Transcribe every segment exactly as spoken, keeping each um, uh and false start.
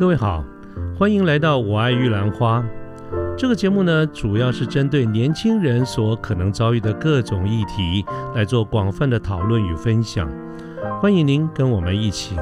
各位好，欢迎来到我爱玉兰花。这个节目呢，主要是针对年轻人所可能遭遇的各种议题来做广泛的讨论与分享。欢迎您跟我们一起。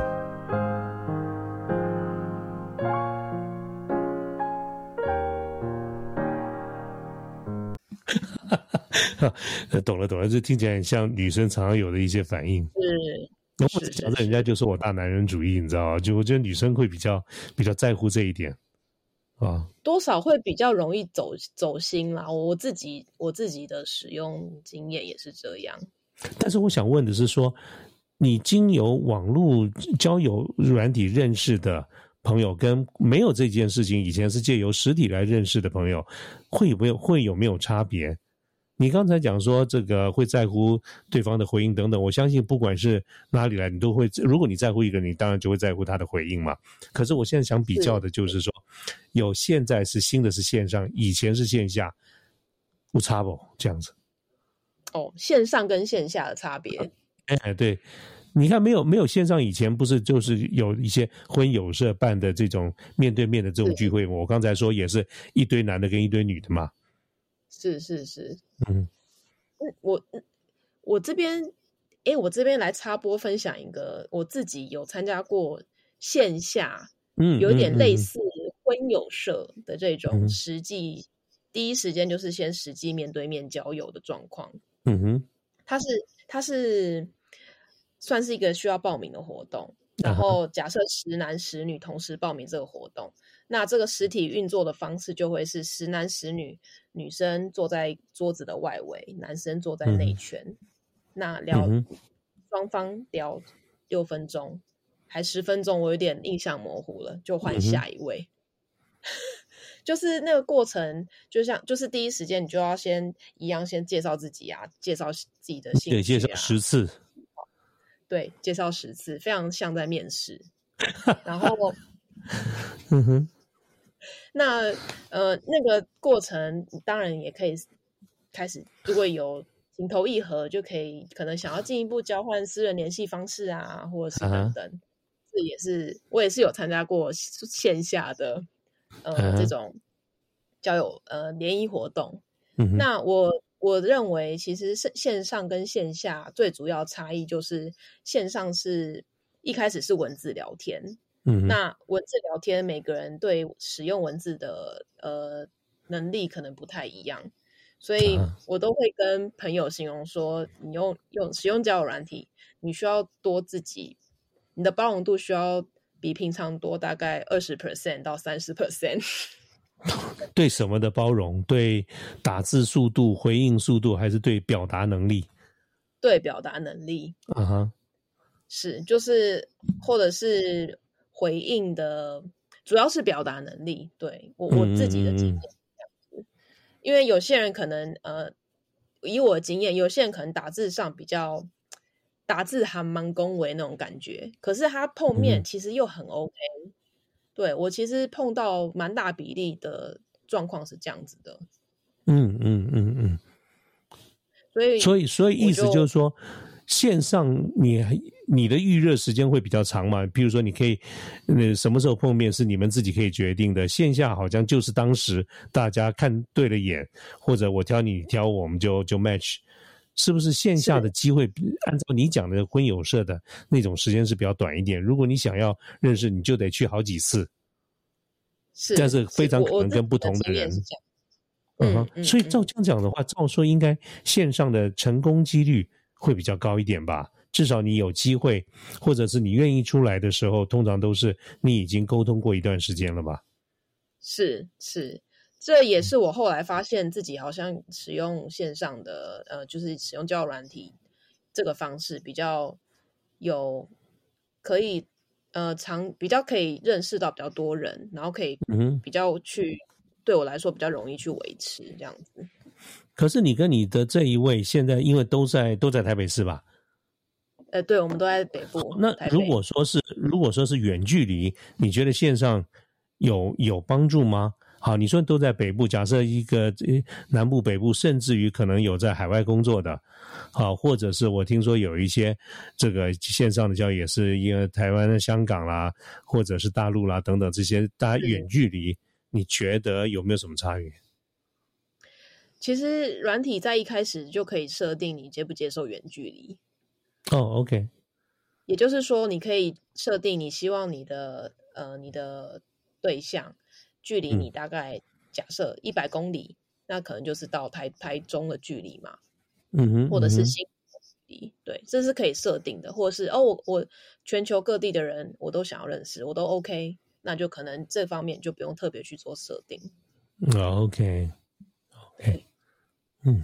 懂了懂了，这听起来很像女生常常有的一些反应。 是。 那我只想着人家就说我大男人主义，你知道吗？就我觉得女生会比较比较在乎这一点啊， 多少会比较容易走走心啦。我自己我自己的使用经验也是这样。 但是我想问的是说，你经由网络交友软体认识的朋友，跟没有这件事情以前是借由实体来认识的朋友，会有没有会有没有差别？你刚才讲说这个会在乎对方的回应等等，我相信不管是哪里来，你都会，如果你在乎一个人，你当然就会在乎他的回应嘛。可是我现在想比较的就是说，有现在是新的是线上，以前是线下，有差不这样子？ 哦，线上跟线下的差别。 哎，对，你看没有没有线上以前不是就是有一些婚友社办的这种面对面的这种聚会，我刚才说也是一堆男的跟一堆女的嘛。 是是是， 嗯， 我我这边，哎，我这边来插播分享一个我自己有参加过线下， 嗯， 有一点类似婚友社的这种实际， 嗯、 第一时间就是先实际面对面交友的状况。 嗯哼， 它是它是算是一个需要报名的活动，然后假设十男十女同时报名这个活动。那这个实体运作的方式就会是十男十女，女生坐在桌子的外围，男生坐在内圈。嗯、那聊、嗯、双方聊六分钟，还十分钟，我有点印象模糊了，就换下一位。嗯、就是那个过程，就像就是第一时间你就要先一样先介绍自己啊，介绍自己的兴趣啊， 对，介绍十次， 对，介绍十次，非常像在面试。然后， 嗯哼。 那呃，那个过程当然也可以开始，如果有情投意合，就可以可能想要进一步交换私人联系方式啊，或者是等等。Uh-huh. 这也是我也是有参加过线下的呃、uh-huh. 这种交友呃联谊活动。Uh-huh. 那我我认为，其实线上跟线下最主要差异就是线上是一开始是文字聊天。 嗯， 那文字聊天，每个人对使用文字的呃能力可能不太一样，所以我都会跟朋友形容说，你用用使用交友软体，你需要多自己，你的包容度需要比平常多大概二十 percent 到三十 percent。 对什么的包容？对打字速度、回应速度，还是对表达能力？ 对表达能力。 啊哈， 是就是或者是。回应的主要是表达能力，对我我自己的经验是这样子，因为有些人可能呃，以我的经验，有些人可能打字上比较打字还蛮恭维那种感觉，可是他碰面其实又很 OK。嗯、对我其实碰到蛮大比例的状况是这样子的。 嗯嗯嗯嗯， 所以所以所以意思就是说。线上你你的预热时间会比较长嘛？比如说你可以呃什么时候碰面是你们自己可以决定的，线下好像就是当时大家看对了眼，或者我挑你你挑我，我们就就 match， 是不是线下的机会按照你讲的婚友社的那种时间是比较短一点，如果你想要认识你就得去好几次， 是， 但是非常可能跟不同的人。 嗯嗯，所以照这样讲的话，照说应该线上的成功几率会比较高一点吧，至少你有机会，或者是你愿意出来的时候，通常都是你已经沟通过一段时间了吧？ 是是，这也是我后来发现自己好像使用线上的呃，就是使用交友软体这个方式比较有可以呃常比较可以认识到比较多人，然后可以比较去、嗯、对我来说比较容易去维持这样子。 可是你跟你的这一位现在因为都在都在台北市吧？ 呃，对，我们都在北部。 那如果说是如果说是远距离，你觉得线上有有帮助吗？ 好，你说都在北部，假设一个南部、北部，甚至于可能有在海外工作的，好，或者是我听说有一些这个线上的交易也是因为台湾、香港啦，或者是大陆啦等等这些大家远距离，你觉得有没有什么差别？ 其实软体在一开始就可以设定你接不接受远距离。 哦 ，OK。 也就是说，你可以设定你希望你的呃你的对象距离你大概、嗯、假设一百公里，那可能就是到台台中的距离嘛， 嗯哼， 或者是新竹的距离，对，这是可以设定的，或者是哦我我全球各地的人我都想要认识，我都 OK， 那就可能这方面就不用特别去做设定。 哦 ，OK OK， 嗯，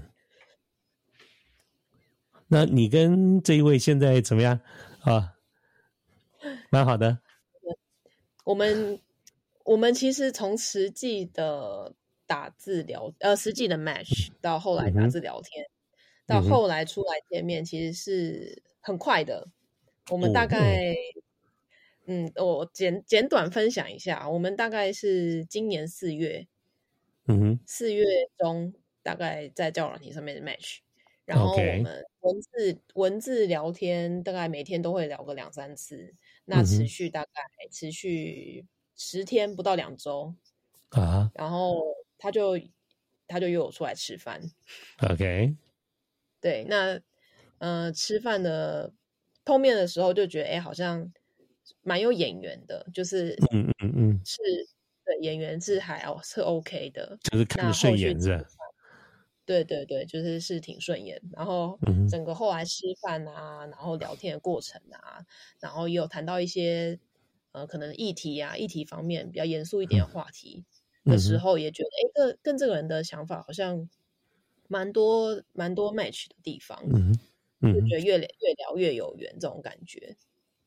那你跟这一位现在怎么样啊？蛮好的。 我们我们其实从实际的打字聊呃实际的 match 到后来打字聊天、嗯、到后来出来见面，其实是很快的。我们大概、哦、嗯我简简短分享一下，我们大概是今年四月嗯哼四月中大概在交友软体上面的 match， 然后我们文字、okay. 文字聊天大概每天都会聊个两三次，那持续大概持续十天不到两周啊，然后他就他就约我出来吃饭 ，OK， 对，那呃吃饭的碰面的时候就觉得哎好像蛮有眼缘的，就是嗯嗯嗯是对眼缘是还是 OK 的， 就是看着顺眼是。 对对对，就是是挺顺眼，然后整个后来吃饭啊，然后聊天的过程啊，然后也有谈到一些呃可能议题啊，议题方面比较严肃一点的话题的时候，也觉得哎，跟跟这个人的想法好像蛮多蛮多 match 的地方，嗯嗯，就觉得越聊越聊越有缘这种感觉。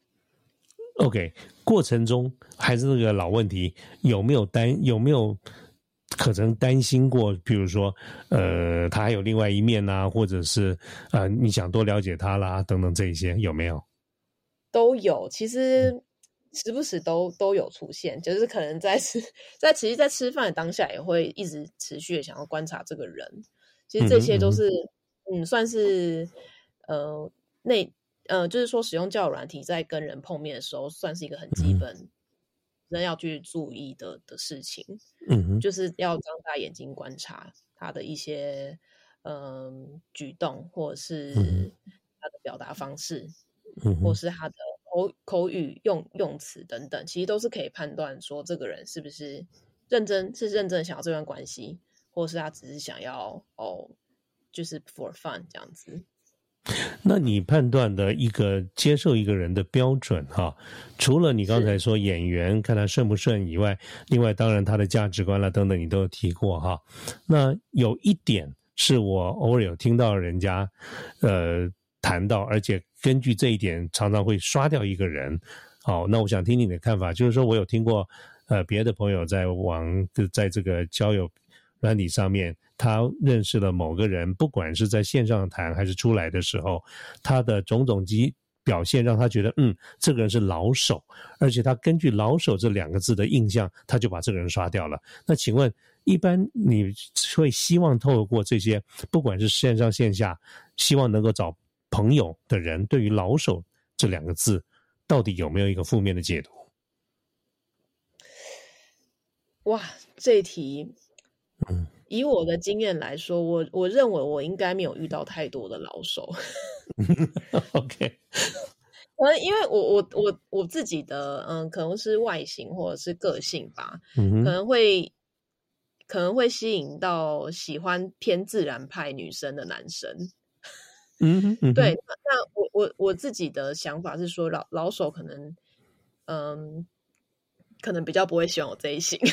OK， 过程中还是那个老问题，有没有担有没有？可能担心过，比如说，呃，他还有另外一面啊，或者是呃，你想多了解他啦，等等这一些有没有？ 都有，其实时不时都都有出现，就是可能在吃，在其实，在吃饭的当下也会一直持续的想要观察这个人。其实这些都是，嗯, 嗯，算是呃内呃，就是说使用交友软体在跟人碰面的时候，算是一个很基本。嗯人要去注意的的事情，嗯，就是要张大眼睛观察他的一些嗯举动，或者是他的表达方式，嗯，或是他的口口语用用词等等，其实都是可以判断说这个人是不是认真，是认真想要这段关系，或是他只是想要哦，就是 for fun 这样子。 那你判断的一个接受一个人的标准哈，除了你刚才说演员看他顺不顺以外，另外当然他的价值观啦等等你都有提过哈。那有一点是我偶尔有听到人家呃谈到，而且根据这一点常常会刷掉一个人。好，那我想听你的看法，就是说我有听过呃别的朋友在网在这个交友软体上面，他认识了某个人，不管是在线上谈还是出来的时候，他的种种及表现让他觉得嗯，这个人是老手，而且他根据老手这两个字的印象，他就把这个人刷掉了。那请问一般你会希望透过这些不管是线上线下希望能够找朋友的人，对于老手这两个字到底有没有一个负面的解读？ 哇，这一题嗯，以我的经验来说，我我认为我应该没有遇到太多的老手。 OK， 可能因为我我我我自己的嗯，可能是外形或者是个性吧，嗯、可能会可能会吸引到喜欢偏自然派女生的男生。嗯, 嗯对，那那我我我自己的想法是说，老老手可能嗯，可能比较不会喜欢我这一型。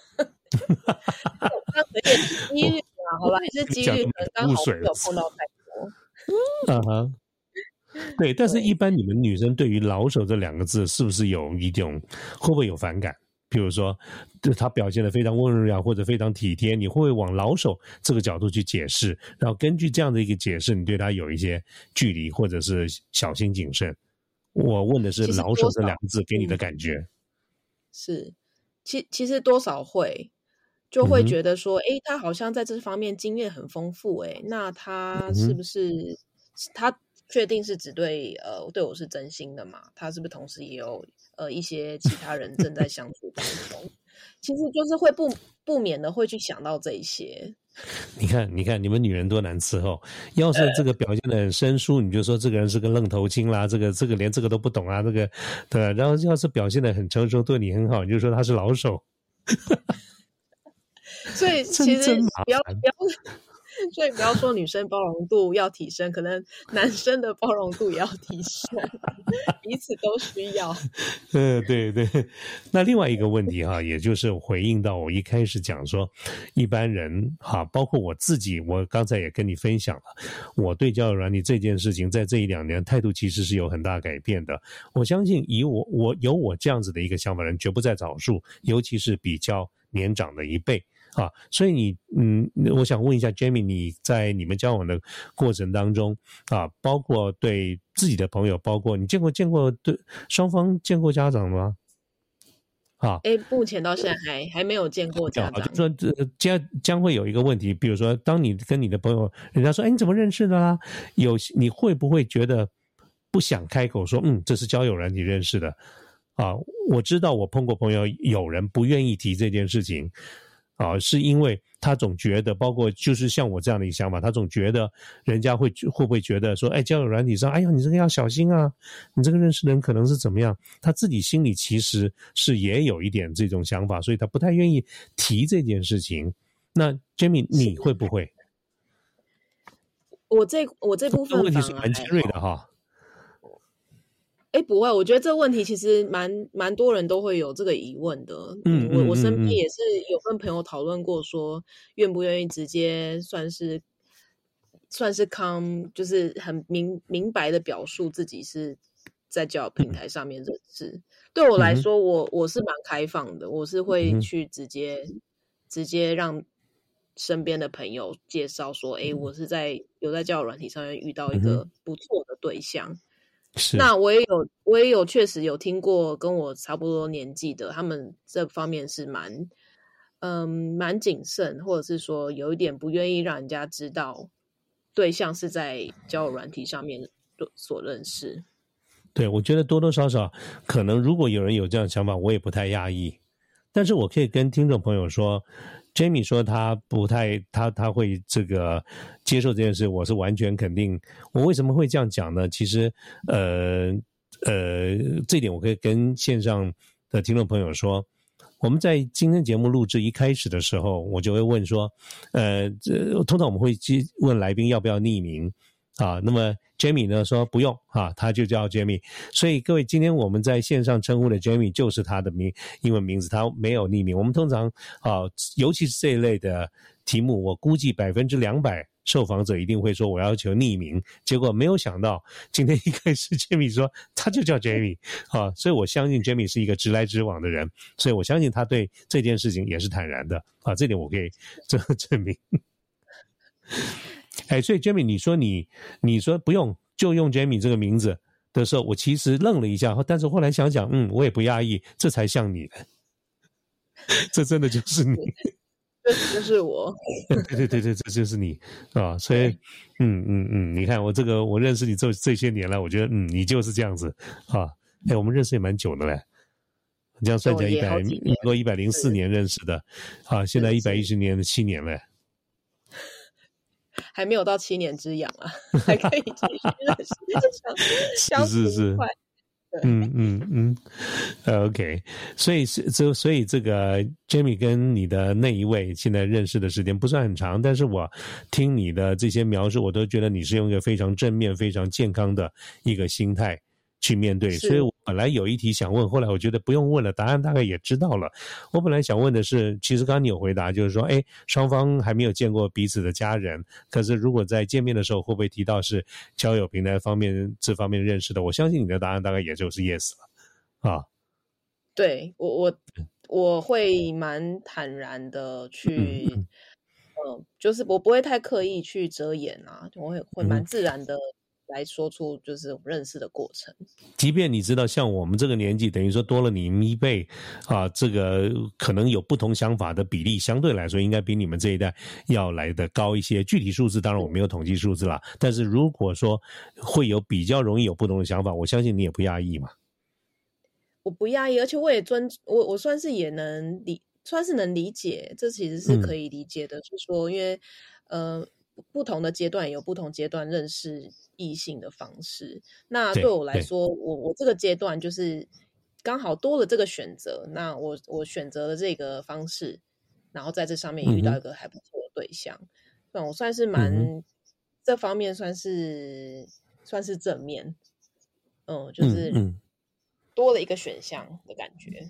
刚有点几率啊，好吧，也是几率，可能刚好没有碰到太多。 啊哈，对，但是一般你们女生对于老手这两个字是不是有一种，会不会有反感？比如说，他表现得非常温柔或者非常体贴，你会不会往老手这个角度去解释？然后根据这样的一个解释，你对他有一些距离或者是小心谨慎？我问的是老手这两个字给你的感觉。 是，其其实多少会。 就会觉得说，哎、嗯，他好像在这方面经验很丰富，哎，那他是不是、嗯、他确定是只对呃对我是真心的嘛？他是不是同时也有呃一些其他人正在相处当中？其实就是会不不免的会去想到这一些。 你看，你看，你们女人多难伺候。要是这个表现得很生疏，你就说这个人是个愣头青啦，这个这个连这个都不懂啊，这个对。然后要是表现得很成熟，对你很好，你就说他是老手。 所以其实不要不要，所以不要说女生包容度要提升，可能男生的包容度也要提升，彼此都需要。 嗯，对对。那另外一个问题哈，也就是回应到我一开始讲说，一般人哈，包括我自己，我刚才也跟你分享了，我对交友软体这件事情，在这一两年态度其实是有很大改变的。我相信以我我有我这样子的一个想法的人，绝不在少数，尤其是比较年长的一辈。啊，所以你，嗯，我想问一下 Jamie， 你在你们交往的过程当中，啊，包括对自己的朋友，包括你见过见过对双方见过家长吗？啊， 哎，目前到现在还还没有见过家长。 就说这将将会有一个问题，比如说，当你跟你的朋友，人家说，哎，你怎么认识的啦？有你会不会觉得不想开口说，嗯，这是交友软体认识的？啊，我知道我碰过朋友，有人不愿意提这件事情。啊，是因为他总觉得，包括就是像我这样的一个想法，他总觉得人家会会不会觉得说，哎，交友软体上，哎呀，你这个要小心啊，你这个认识的人可能是怎么样？他自己心里其实是也有一点这种想法，所以他不太愿意提这件事情。那 Jamie， 你会不会？ 我这我这部分问题是蛮尖锐的哈。 哎，不会，我觉得这个问题其实蛮蛮多人都会有这个疑问的。嗯，我我身边也是有跟朋友讨论过，说愿不愿意直接算是算是 come， 就是很明明白的表述自己是在交友平台上面认识。对我来说，我我是蛮开放的，我是会去直接直接让身边的朋友介绍说，哎，我是在有在交友软体上面遇到一个不错的对象。那我也有，我也有确实有听过跟我差不多年纪的，他们这方面是蛮，嗯，蛮谨慎，或者是说有一点不愿意让人家知道对象是在交友软体上面所认识。 对，我觉得多多少少可能，如果有人有这样的想法，我也不太讶异。但是我可以跟听众朋友说。Jamie 说他不太他他会这个接受这件事，我是完全肯定。我为什么会这样讲呢？其实呃呃这点我可以跟线上的听众朋友说，我们在今天节目录制一开始的时候，我就会问说，呃通常我们会问来宾要不要匿名啊，那么 Jamie 呢说不用啊，他就叫 Jamie， 所以各位今天我们在线上称呼的 Jamie 就是他的名英文名字，他没有匿名。我们通常啊，尤其是这一类的题目，我估计百分之两百受访者一定会说我要求匿名，结果没有想到今天一开始 Jamie 说他就叫 Jamie 啊，所以我相信 Jamie 是一个直来直往的人，所以我相信他对这件事情也是坦然的啊，这点我可以证证明。哎，所以 Jamie 你说你你说不用就用 Jamie 这个名字的时候，我其实愣了一下，但是后来想想，嗯，我也不讶异，这才像你的，这真的就是你， 这就是我， 对对对对，这就是你啊！所以，嗯嗯嗯，你看我这个，我认识你这这些年来，我觉得嗯，你就是这样子啊。哎，我们认识也蛮久的嘞，这样算起来一百民国一百零四年认识的，啊，现在一百一十年的七年嘞。 还没有到七年之痒啊，还可以继续认识，相处愉快。 嗯嗯嗯 ，OK， 所以是这，所以这个 Jamie 跟你的那一位现在认识的时间不算很长，但是我听你的这些描述，我都觉得你是用一个非常正面、非常健康的一个心态去面对，所以我本来有一题想问，后来我觉得不用问了，答案大概也知道了。我本来想问的是，其实刚刚你有回答，就是说，哎，双方还没有见过彼此的家人，可是如果在见面的时候，会不会提到是交友平台方面这方面认识的？我相信你的答案大概也就是 yes 了啊。 对，我我我会蛮坦然的去，嗯、呃，就是我不会太刻意去遮掩啊，我会会蛮自然的来说出就是我们认识的过程。 即便你知道像我们这个年纪等于说多了你们一倍啊，这个可能有不同想法的比例相对来说应该比你们这一代要来的高一些，具体数字当然我没有统计数字啦，但是如果说会有比较容易有不同的想法，我相信你也不讶异嘛。 我不讶异，而且我也尊我我算是也能理算是能理解，这其实是可以理解的，就是、嗯、说因为呃不同的阶段有不同阶段认识异性的方式。那对我来说，我我这个阶段就是刚好多了这个选择，那我我选择了这个方式，然后在这上面遇到一个还不错的对象，嗯、我算是蛮、嗯、这方面算是算是正面，嗯，就是多了一个选项的感觉。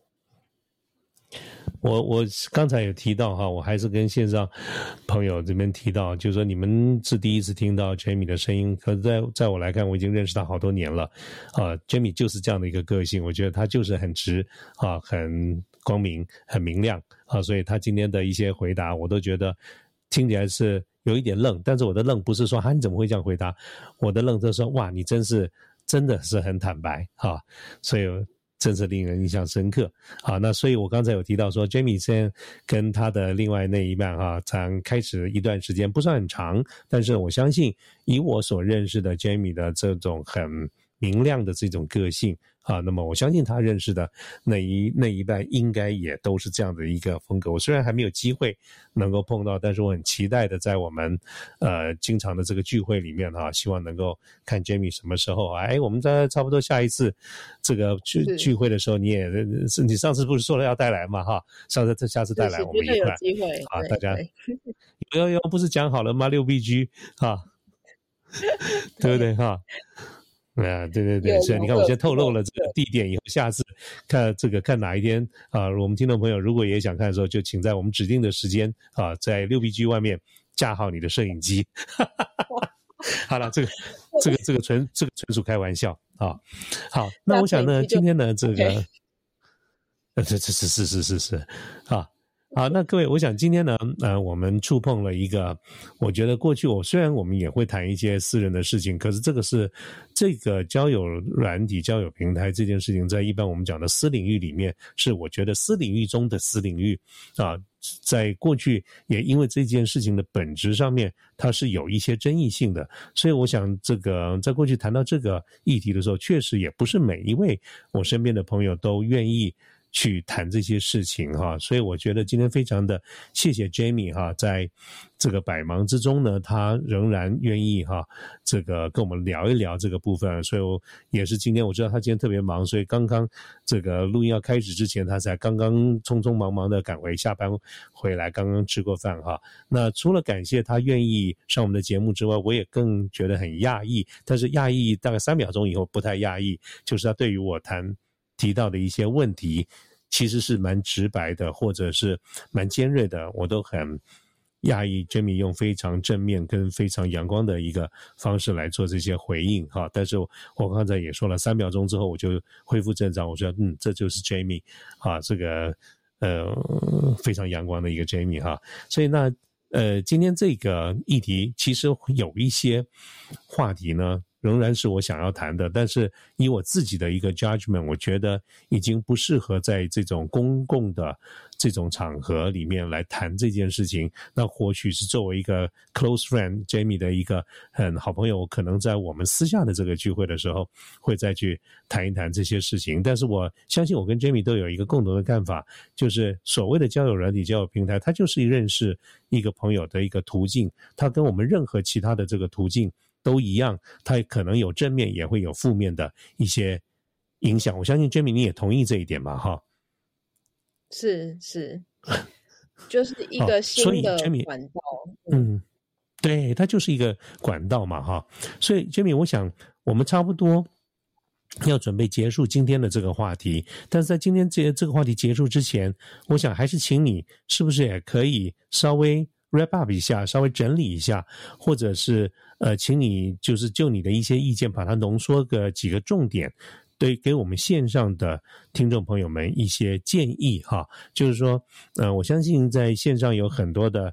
我我刚才有提到哈，我还是跟线上朋友这边提到，就是说你们是第一次听到 Jamie 的声音，可是在在我来看，我已经认识他好多年了啊。Jamie 就是这样的一个个性，我觉得他就是很直啊，很光明，很明亮啊，所以他今天的一些回答，我都觉得听起来是有一点愣，但是我的愣不是说哈你怎么会这样回答，我的愣就是说哇，你真是真的是很坦白啊，所以真是令人印象深刻。好，那所以我刚才有提到说 Jamie 现在跟他的另外那一半哈，才开始一段时间不算很长，但是我相信以我所认识的 Jamie 的这种很明亮的这种个性啊，那么我相信他认识的那一那一半应该也都是这样的一个风格。我虽然还没有机会能够碰到，但是我很期待的在我们呃经常的这个聚会里面哈、啊，希望能够看 Jamie 什么时候哎，我们在差不多下一次这个聚聚会的时候，你也是你上次不是说了要带来嘛哈，上次下次带来我们一块有机会啊，大家有有不是讲好了吗？六 B G 啊，对不对哈？啊，对对对，是你看我先透露了这个地点，以后下次看这个看哪一天啊，我们听众朋友如果也想看的时候，就请在我们指定的时间啊，在六 B G 外面架好你的摄影机。好了，这个这个这个纯这个纯属开玩笑啊。好，那我想呢，今天呢这个，呃，这这是是是是是啊。好，那各位，我想今天呢，呃，我们触碰了一个，我觉得过去我虽然我们也会谈一些私人的事情，可是这个是这个交友软体、交友平台这件事情，在一般我们讲的私领域里面，是我觉得私领域中的私领域啊，在过去也因为这件事情的本质上面，它是有一些争议性的，所以我想这个在过去谈到这个议题的时候，确实也不是每一位我身边的朋友都愿意去谈这些事情哈，所以我觉得今天非常的谢谢 Jamie 哈，在这个百忙之中呢，他仍然愿意哈，这个跟我们聊一聊这个部分，所以我也是今天我知道他今天特别忙，所以刚刚这个录音要开始之前，他才刚刚匆匆忙忙的赶回下班回来，刚刚吃过饭哈。那除了感谢他愿意上我们的节目之外，我也更觉得很讶异，但是讶异大概三秒钟以后不太讶异，就是他对于我谈提到的一些问题其实是蛮直白的，或者是蛮尖锐的，我都很讶异 Jamie 用非常正面跟非常阳光的一个方式来做这些回应哈。但是我刚才也说了，三秒钟之后我就恢复正常，我说嗯，这就是 Jamie 啊，这个呃非常阳光的一个 Jamie 哈。所以那呃今天这个议题其实有一些话题呢仍然是我想要谈的，但是以我自己的一个 judgment， 我觉得已经不适合在这种公共的这种场合里面来谈这件事情。那或许是作为一个 close friend Jamie 的一个很好朋友，可能在我们私下的这个聚会的时候会再去谈一谈这些事情。但是我相信我跟 Jamie 都有一个共同的看法，就是所谓的交友软体、交友平台，它就是认识一个朋友的一个途径，它跟我们任何其他的这个途径都一样，它可能有正面也会有负面的一些影响。我相信 Jamie 你也同意这一点嘛哈？ 是是，就是一个新的管道。 哦、嗯，对，它就是一个管道嘛哈。所以 Jamie 我想我们差不多要准备结束今天的这个话题，但是在今天这这个话题结束之前，我想还是请你是不是也可以稍微 wrap up 一下，稍微整理一下，或者是呃，请你就是就你的一些意见，把它浓缩个几个重点，对，给我们线上的听众朋友们一些建议哈。就是说，呃，我相信在线上有很多的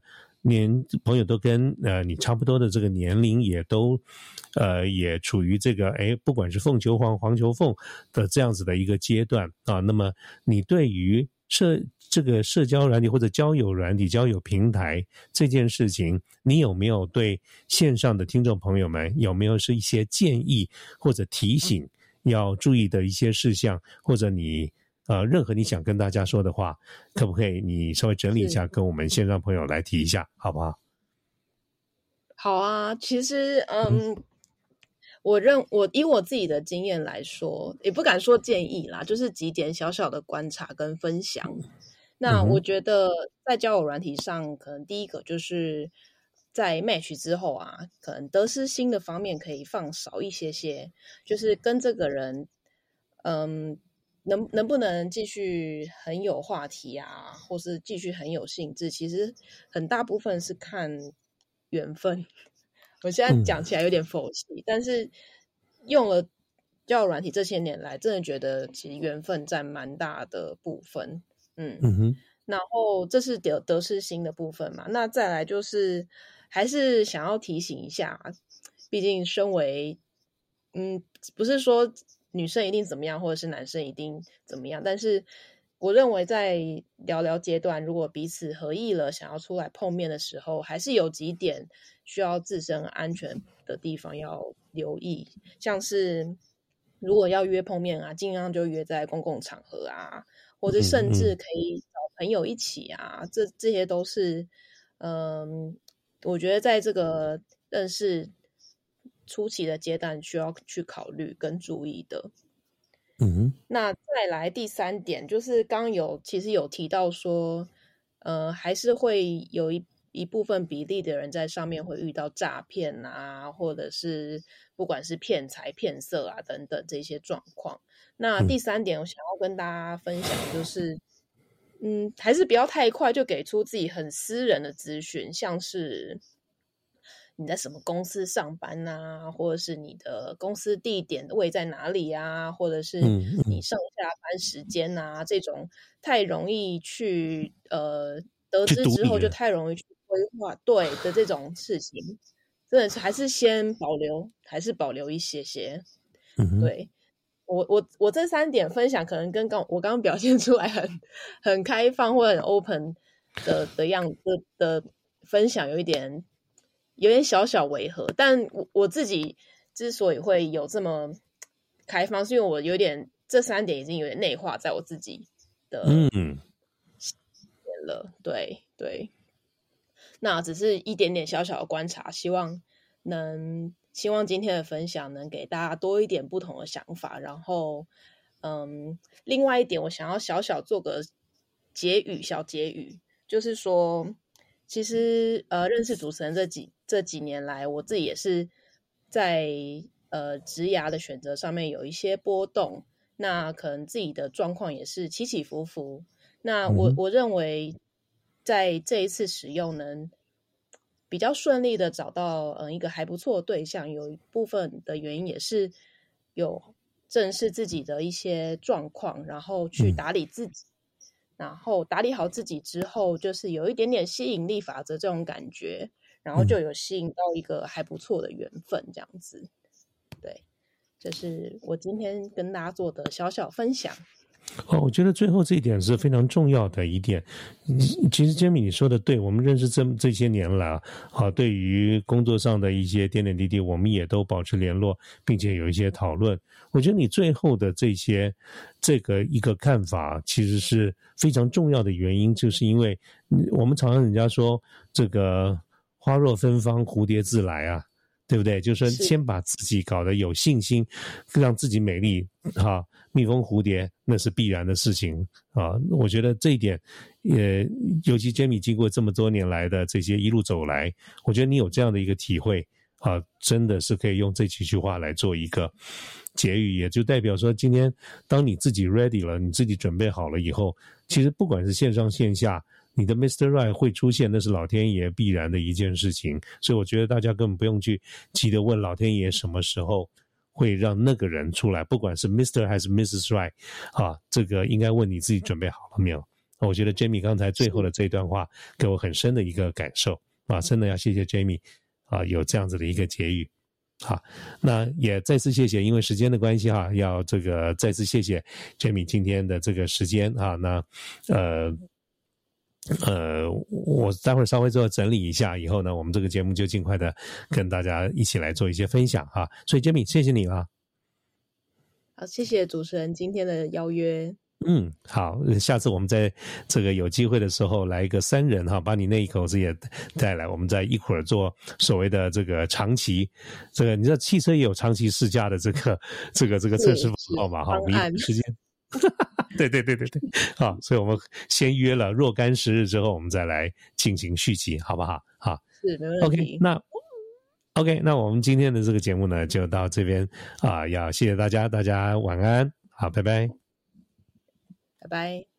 年朋友都跟呃你差不多的这个年龄，也都呃也处于这个哎，不管是凤求凰、凰求凤的这样子的一个阶段啊，那么你对于社这个社交软体或者交友软体、交友平台这件事情，你有没有对线上的听众朋友们有没有是一些建议或者提醒要注意的一些事项，或者你呃任何你想跟大家说的话，可不可以你稍微整理一下，跟我们线上朋友来提一下，好不好？ 好啊，其实嗯。嗯我认我以我自己的经验来说，也不敢说建议啦，就是几点小小的观察跟分享。那我觉得在交友软体上，可能第一个就是在 match 之后啊，可能得失心的方面可以放少一些些，就是跟这个人，嗯，能能不能继续很有话题啊，或是继续很有兴致，其实很大部分是看缘分。我现在讲起来有点佛系，嗯、但是用了交友软体这些年来，真的觉得其实缘分占蛮大的部分。嗯嗯哼，然后这是得得失心的部分嘛。那再来就是还是想要提醒一下，毕竟身为嗯，不是说女生一定怎么样，或者是男生一定怎么样，但是我认为在聊聊阶段，如果彼此合意了，想要出来碰面的时候，还是有几点需要自身安全的地方要留意，像是如果要约碰面啊，尽量就约在公共场合啊，或者甚至可以找朋友一起啊，嗯嗯这这些都是，嗯，我觉得在这个认识初期的阶段需要去考虑跟注意的。嗯，那再来第三点，就是刚刚有其实有提到说，呃，还是会有一一部分比例的人在上面会遇到诈骗啊，或者是不管是骗财骗色啊等等这些状况。那第三点，我想要跟大家分享就是，嗯，还是不要太快就给出自己很私人的资讯，像是你在什么公司上班啊，或者是你的公司地点位在哪里啊，或者是你上下班时间啊，这种太容易去呃得知之后就太容易去规划对的这种事情，真的是还是先保留，还是保留一些些。嗯、对我我我这三点分享，可能跟刚我刚刚表现出来很很开放或很 open 的的样子的分享有一点。有点小小违和，但我我自己之所以会有这么开放，是因为我有点这三点已经有点内化在我自己的嗯了，对对。那只是一点点小小的观察，希望能希望今天的分享能给大家多一点不同的想法。然后，嗯，另外一点，我想要小小做个结语，小结语，就是说。其实，呃，认识主持人这几这几年来，我自己也是在呃职涯的选择上面有一些波动，那可能自己的状况也是起起伏伏。那我、嗯、我认为，在这一次使用能比较顺利的找到嗯、呃、一个还不错的对象，有一部分的原因也是有正视自己的一些状况，然后去打理自己。嗯然后打理好自己之后，就是有一点点吸引力法则这种感觉，然后就有吸引到一个还不错的缘分，这样子。对，这是我今天跟大家做的小小分享。 哦，我觉得最后这一点是非常重要的一点。其实 Jamie 你说的对，我们认识这这些年来啊，对于工作上的一些点点滴滴，我们也都保持联络，并且有一些讨论。我觉得你最后的这些这个一个看法，其实是非常重要的原因，就是因为我们常常人家说这个花若芬芳，蝴蝶自来啊。对不对？就是说，先把自己搞得有信心，让自己美丽哈、啊，蜜蜂蝴蝶那是必然的事情啊。我觉得这一点，呃，尤其 Jamie 经过这么多年来的这些一路走来，我觉得你有这样的一个体会啊，真的是可以用这几句话来做一个结语，也就代表说，今天当你自己 ready 了，你自己准备好了以后，其实不管是线上线下。你的 Mister Right 会出现，那是老天爷必然的一件事情，所以我觉得大家根本不用去急着问老天爷什么时候会让那个人出来，不管是 Mister 还是 Missus Right 啊，这个应该问你自己准备好了没有。我觉得 Jamie 刚才最后的这段话给我很深的一个感受啊，真的要谢谢 Jamie 啊，有这样子的一个结语。好，那也再次谢谢，因为时间的关系哈，要这个再次谢谢 Jamie 今天的这个时间啊，那呃呃，我待会儿稍微做整理一下，以后呢，我们这个节目就尽快的跟大家一起来做一些分享哈。所以 Jamie 谢谢你啊。 好，谢谢主持人今天的邀约。 嗯，好，下次我们在这个有机会的时候来一个三人哈，把你那一口子也带来，我们再一会儿做所谓的这个长期，这个你知道汽车也有长期试驾的这个这个这个测试方法哈，我们时间，对对对对对，好，所以我们先约了若干时日之后，我们再来进行续集，好不好？好， 是没问题。 OK， 那 OK， 那我们今天的这个节目呢，就到这边啊，要谢谢大家，大家晚安，好，拜拜。 拜拜。